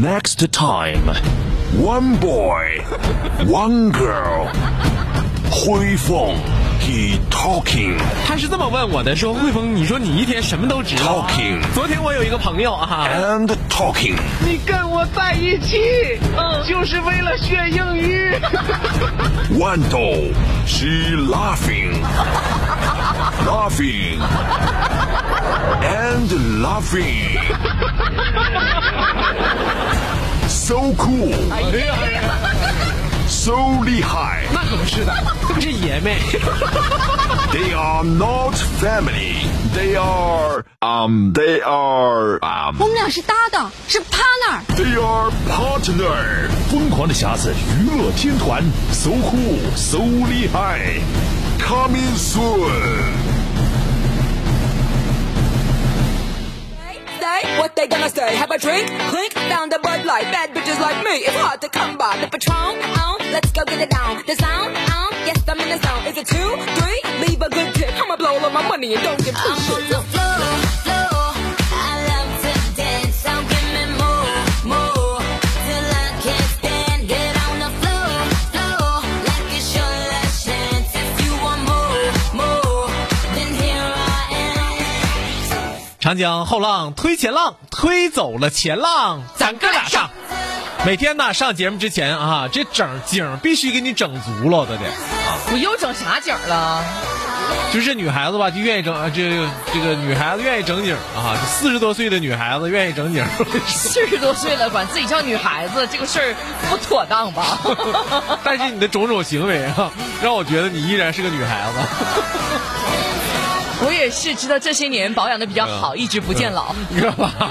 Next time, one boy, one girl. 汇丰 he talking， 他是这么问我的，说汇丰，你说你一天什么都知道。 Talking， 昨天我有一个朋友啊 ，and talking， 你跟我在一起，就是为了学英语。 豌豆 she laughing， and laughing，so cool， so 厉害。 那可不是的，这不是爷们。 They are not family. They are. 我们俩是搭档，是 partner。 They are partner. 疯狂的匣子娱乐天团 ，so cool, so 厉害。Coming soon. What they gonna say? Have a drink? Clink down the Bud Light. Bad bitches like me, it's hard to come by. The Patron, let's go get it down. The sound, yes, I'm in the zone. Is it 2, 3? Leave a good tip. I'ma blow all of my money and don't give two shit. On the floor, I love to dance. So give me more, till I can't stand. Get on the floor, like it's your last chance. If you want more, then here I am. 长江后浪推前浪，推走了前浪，咱哥俩上。每天呢上节目之前啊，这景必须给你整足了，都得啊。 我又整啥景了？ 就是女孩子吧，就愿意整这个女孩子愿意整景啊，40多岁的女孩子愿意整景。 40多岁了，管自己叫女孩子，这个事儿不妥当吧？ 但是你的种种行为啊，让我觉得你依然是个女孩子。 我也是知道这些年保养的比较好，一直不见老。 你干嘛？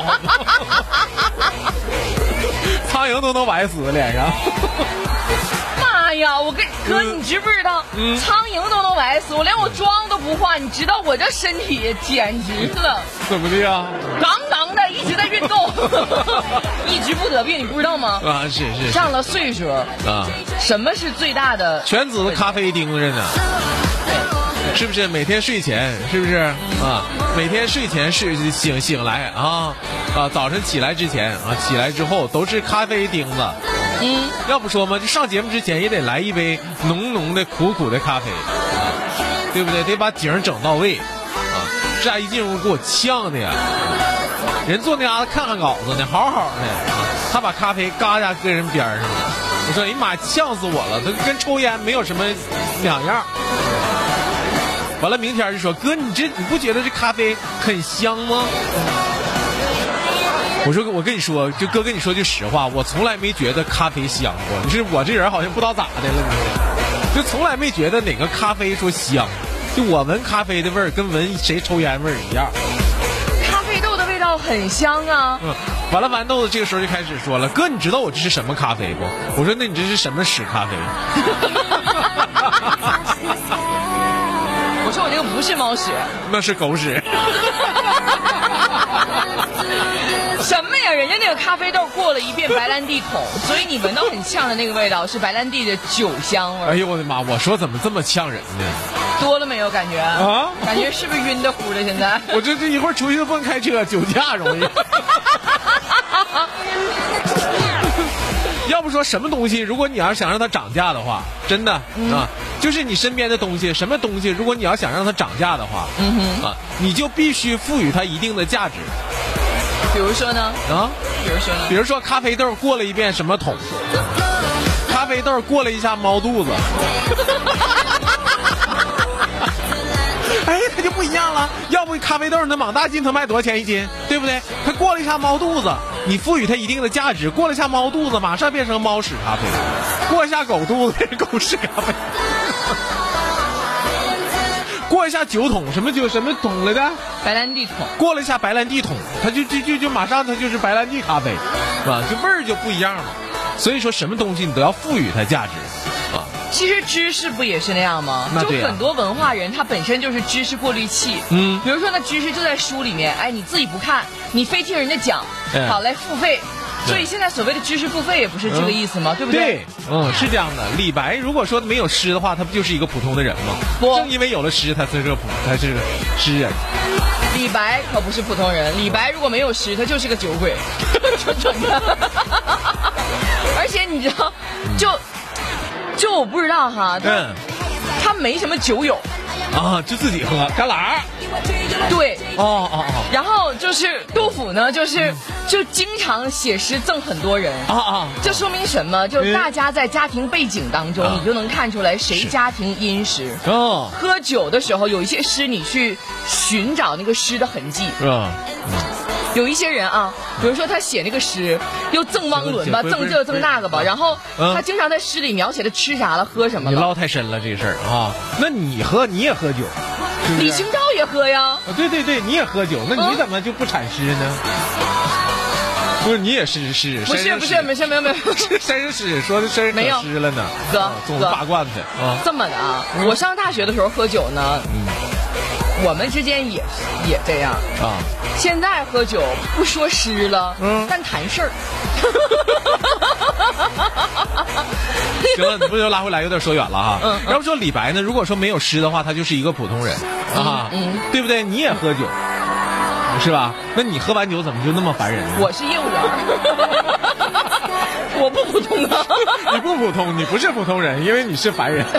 苍蝇都能崴死脸上。 妈呀！我跟哥，你知不知道，苍蝇都能崴死我，连我妆都不化。你知道我这身体简直了， 怎么的呀？ 杠杠的，一直在运动，一直不得病，你不知道吗？ 啊，是。 上了岁数啊， 什么是最大的？ 全子的咖啡盯着呢。是不是每天睡前是不是啊？每天睡前醒来啊，早晨起来之前啊，起来之后都是咖啡钉子。要不说嘛，这上节目之前也得来一杯浓浓的苦的咖啡，对不对？得把景整到位啊！这样一进屋给我呛的呀！人坐那嘎达看稿子呢，好好的，他把咖啡嘎家搁人边上了。我说哎呀妈，呛死我了！他跟抽烟没有什么两样。完了，明天就说哥，你不觉得这咖啡很香吗？我说我跟你说，就哥跟你说句实话，我从来没觉得咖啡香过。你说我这人好像不知道咋的了，就从来没觉得哪个咖啡说香。就我闻咖啡的味儿跟闻谁抽烟味儿一样。 咖啡豆的味道很香啊。 完了，豌豆子这个时候就开始说了，哥，你知道我这是什么咖啡不？我说那你这是什么屎咖啡？ 我说我这个不是猫屎， 那是狗屎。 什么呀？人家那个咖啡豆过了一遍白兰地桶，所以你闻到很呛的那个味道是白兰地的酒香味。 哎呦我的妈！我说怎么这么呛人呢？ 多了没有感觉啊？感觉是不是晕的乎的？现在我这一会儿出去都不能开车，酒驾容易。要不说什么东西，如果你要想让它涨价的话，真的啊，就是你身边的东西，什么东西，如果你要想让它涨价的话，你就必须赋予它一定的价值。 比如说呢？比如说咖啡豆过了一遍什么桶，咖啡豆过了一下猫肚子，哎，它就不一样了。要不咖啡豆那莽大金它卖多少钱一斤，对不对？它过了一下猫肚子，你赋予它一定的价值，过了一下猫肚子，马上变成猫屎咖啡；过一下狗肚子，变成狗屎咖啡。过一下酒桶，什么酒什么桶来的？ 白兰地桶。过了一下白兰地桶，它就马上它就是白兰地咖啡，是吧？这味儿就不一样了。所以说什么东西你都要赋予它价值啊。 其实知识不也是那样吗？ 那对啊， 就很多文化人他本身就是知识过滤器。比如说那知识就在书里面，哎，你自己不看，你非听人家讲，好来付费。所以现在所谓的知识付费也不是这个意思吗？对不对？ 对，是这样的。李白如果说没有诗的话，他不就是一个普通的人吗？正因为有了诗，他是个诗人。 李白可不是普通人，李白如果没有诗，他就是个酒鬼。 蠢的。而且你知道，就我不知道哈，他没什么酒友啊，就自己喝干喇。 对， 哦。 然后就是杜甫呢，就经常写诗赠很多人这说明什么？就是大家在家庭背景当中，你就能看出来谁家庭殷实。喝酒的时候，有一些诗你去寻找那个诗的痕迹。有一些人啊，比如说他写那个诗，又赠汪伦吧，赠这赠那个吧，然后他经常在诗里描写的吃啥了，喝什么了。 你唠太深了这个事儿啊！那你也喝酒？ 李清照也喝呀。 对，你也喝酒，那你怎么就不产诗呢？不是，你也是诗？ 不是，没有。 山诗说的诗可诗了呢。 哥， 总八罐子啊。 这么的啊，我上大学的时候喝酒呢，我们之间也这样啊。现在喝酒不说诗了，但谈事儿。 行了，不就拉回来，有点说远了哈。要不说李白呢？如果说没有诗的话，他就是一个普通人啊，对不对？你也喝酒，是吧？那你喝完酒怎么就那么烦人呢？ 我是业务员，我不普通啊。 你不普通，你不是普通人，因为你是凡人。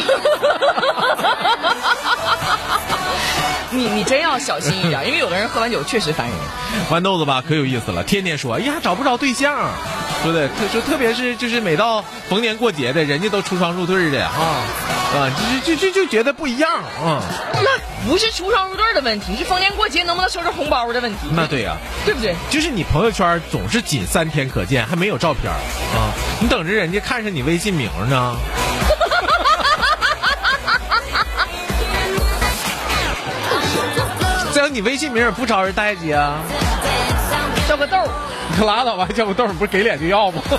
你真要小心一点，因为有的人喝完酒确实烦人。 豌豆子吧，可有意思了，天天说，哎呀，找不着对象，对不对？特别是就是每到逢年过节的，人家都出双入对的就觉得不一样啊。 那不是出双入对的问题，是逢年过节能不能收着红包的问题。 那对呀， 对不对？ 就是你朋友圈总是仅3天可见，还没有照片啊，你等着人家看上你微信名呢。这样你微信名也不招人待见啊， 叫个豆， 你可拉倒吧，叫个豆，不是给脸就要吗？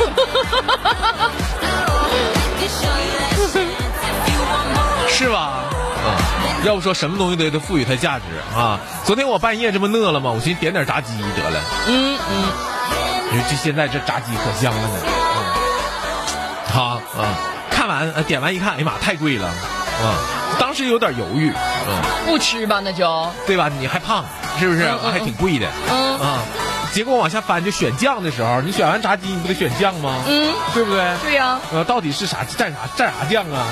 是吧？要不说什么东西都得赋予它价值啊。昨天我半夜这么饿了吗？我寻思点点炸鸡得了。就现在这炸鸡可香了呢。好看完点完一看，哎呀妈，太贵了当时有点犹豫， 不吃吧那就对吧？你还胖，是不是？还挺贵的，结果往下翻，就选酱的时候，你选完炸鸡，你不得选酱吗？对不对？ 对呀。 到底是啥蘸啥酱啊？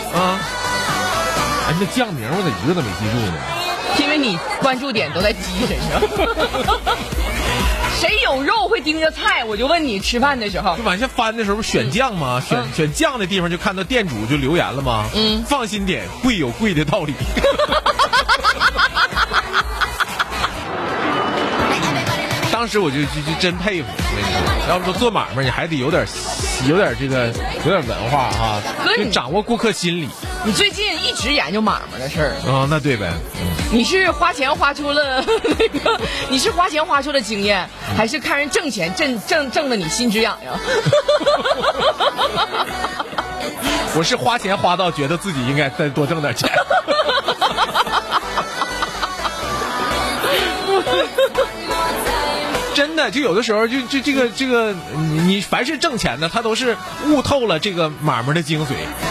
哎，那酱名我咋一个都没记住呢？ 因为你关注点都在鸡身上。谁有肉会盯着菜？我就问你，吃饭的时候就往下翻的时候不选酱吗？选酱的地方就看到店主就留言了吗？放心点，贵有贵的道理。当时我就真佩服，要不说做买卖你还得有点这个有点文化啊，就掌握顾客心理。 你最近一直研究买卖的事儿那对呗。 你是花钱花出了你是花钱花出了经验，还是看人挣钱挣的你心直痒痒？ 我是花钱花到觉得自己应该再多挣点钱。真的，就有的时候就这个你凡是挣钱的，他都是悟透了这个买卖的精髓。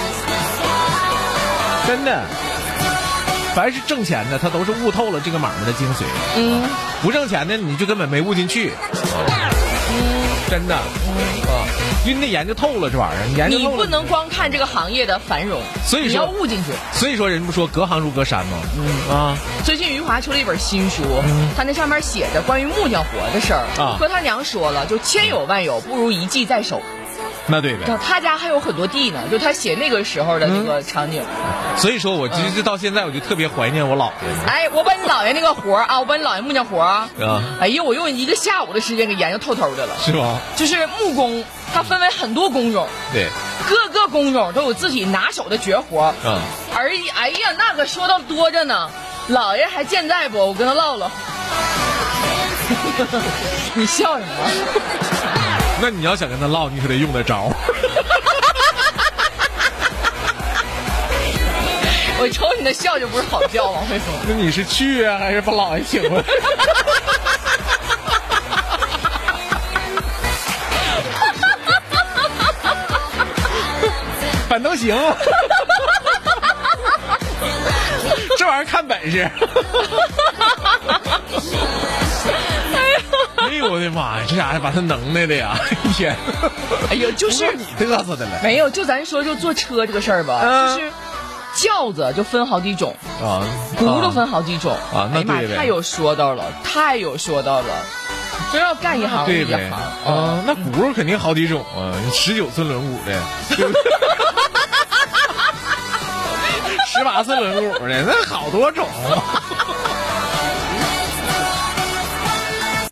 真的，凡是挣钱的，他都是悟透了这个买卖的精髓。不挣钱的你就根本没悟进去。真的因为你得研究透了这玩意儿，你研究透了， 你不能光看这个行业的繁荣， 所以说你要悟进去。 所以说人不说隔行如隔山吗？ 最近余华出了一本新书，他那上面写着关于木匠活的事儿和他娘说了，就千有万有不如一技在手。 那对呗， 他家还有很多地呢，就他写那个时候的那个场景。 所以说我其实到现在我就特别怀念我姥爷。 哎，我把你姥爷那个活我把你姥爷木匠活哎呀，我用1个下午的时间给研究透透的了。 是吗？ 就是木工，它分为很多工种， 对， 各个工种都有自己拿手的绝活。哎呀，那个说到多着呢。姥爷还健在不？我跟他唠唠。你笑什么？ 那你要想跟他唠，你可得用得着。 我瞅你的笑就不是好笑，王慧峰。 那你是去啊，还是把姥爷请回来？反都行。这玩意儿看本事。哎呦我的妈呀，这家伙把他能耐的呀！一天， 哎呦，就是你嘚瑟的了。 没有，就咱说就坐车这个事儿吧，就是轿子就分好几种啊， 轱辘分好几种啊，那对呗， 太有说道了，太有说道了。真要干一行对一行啊，那轱辘肯定好几种啊，19寸轮毂的，18寸轮毂的，那好多种啊。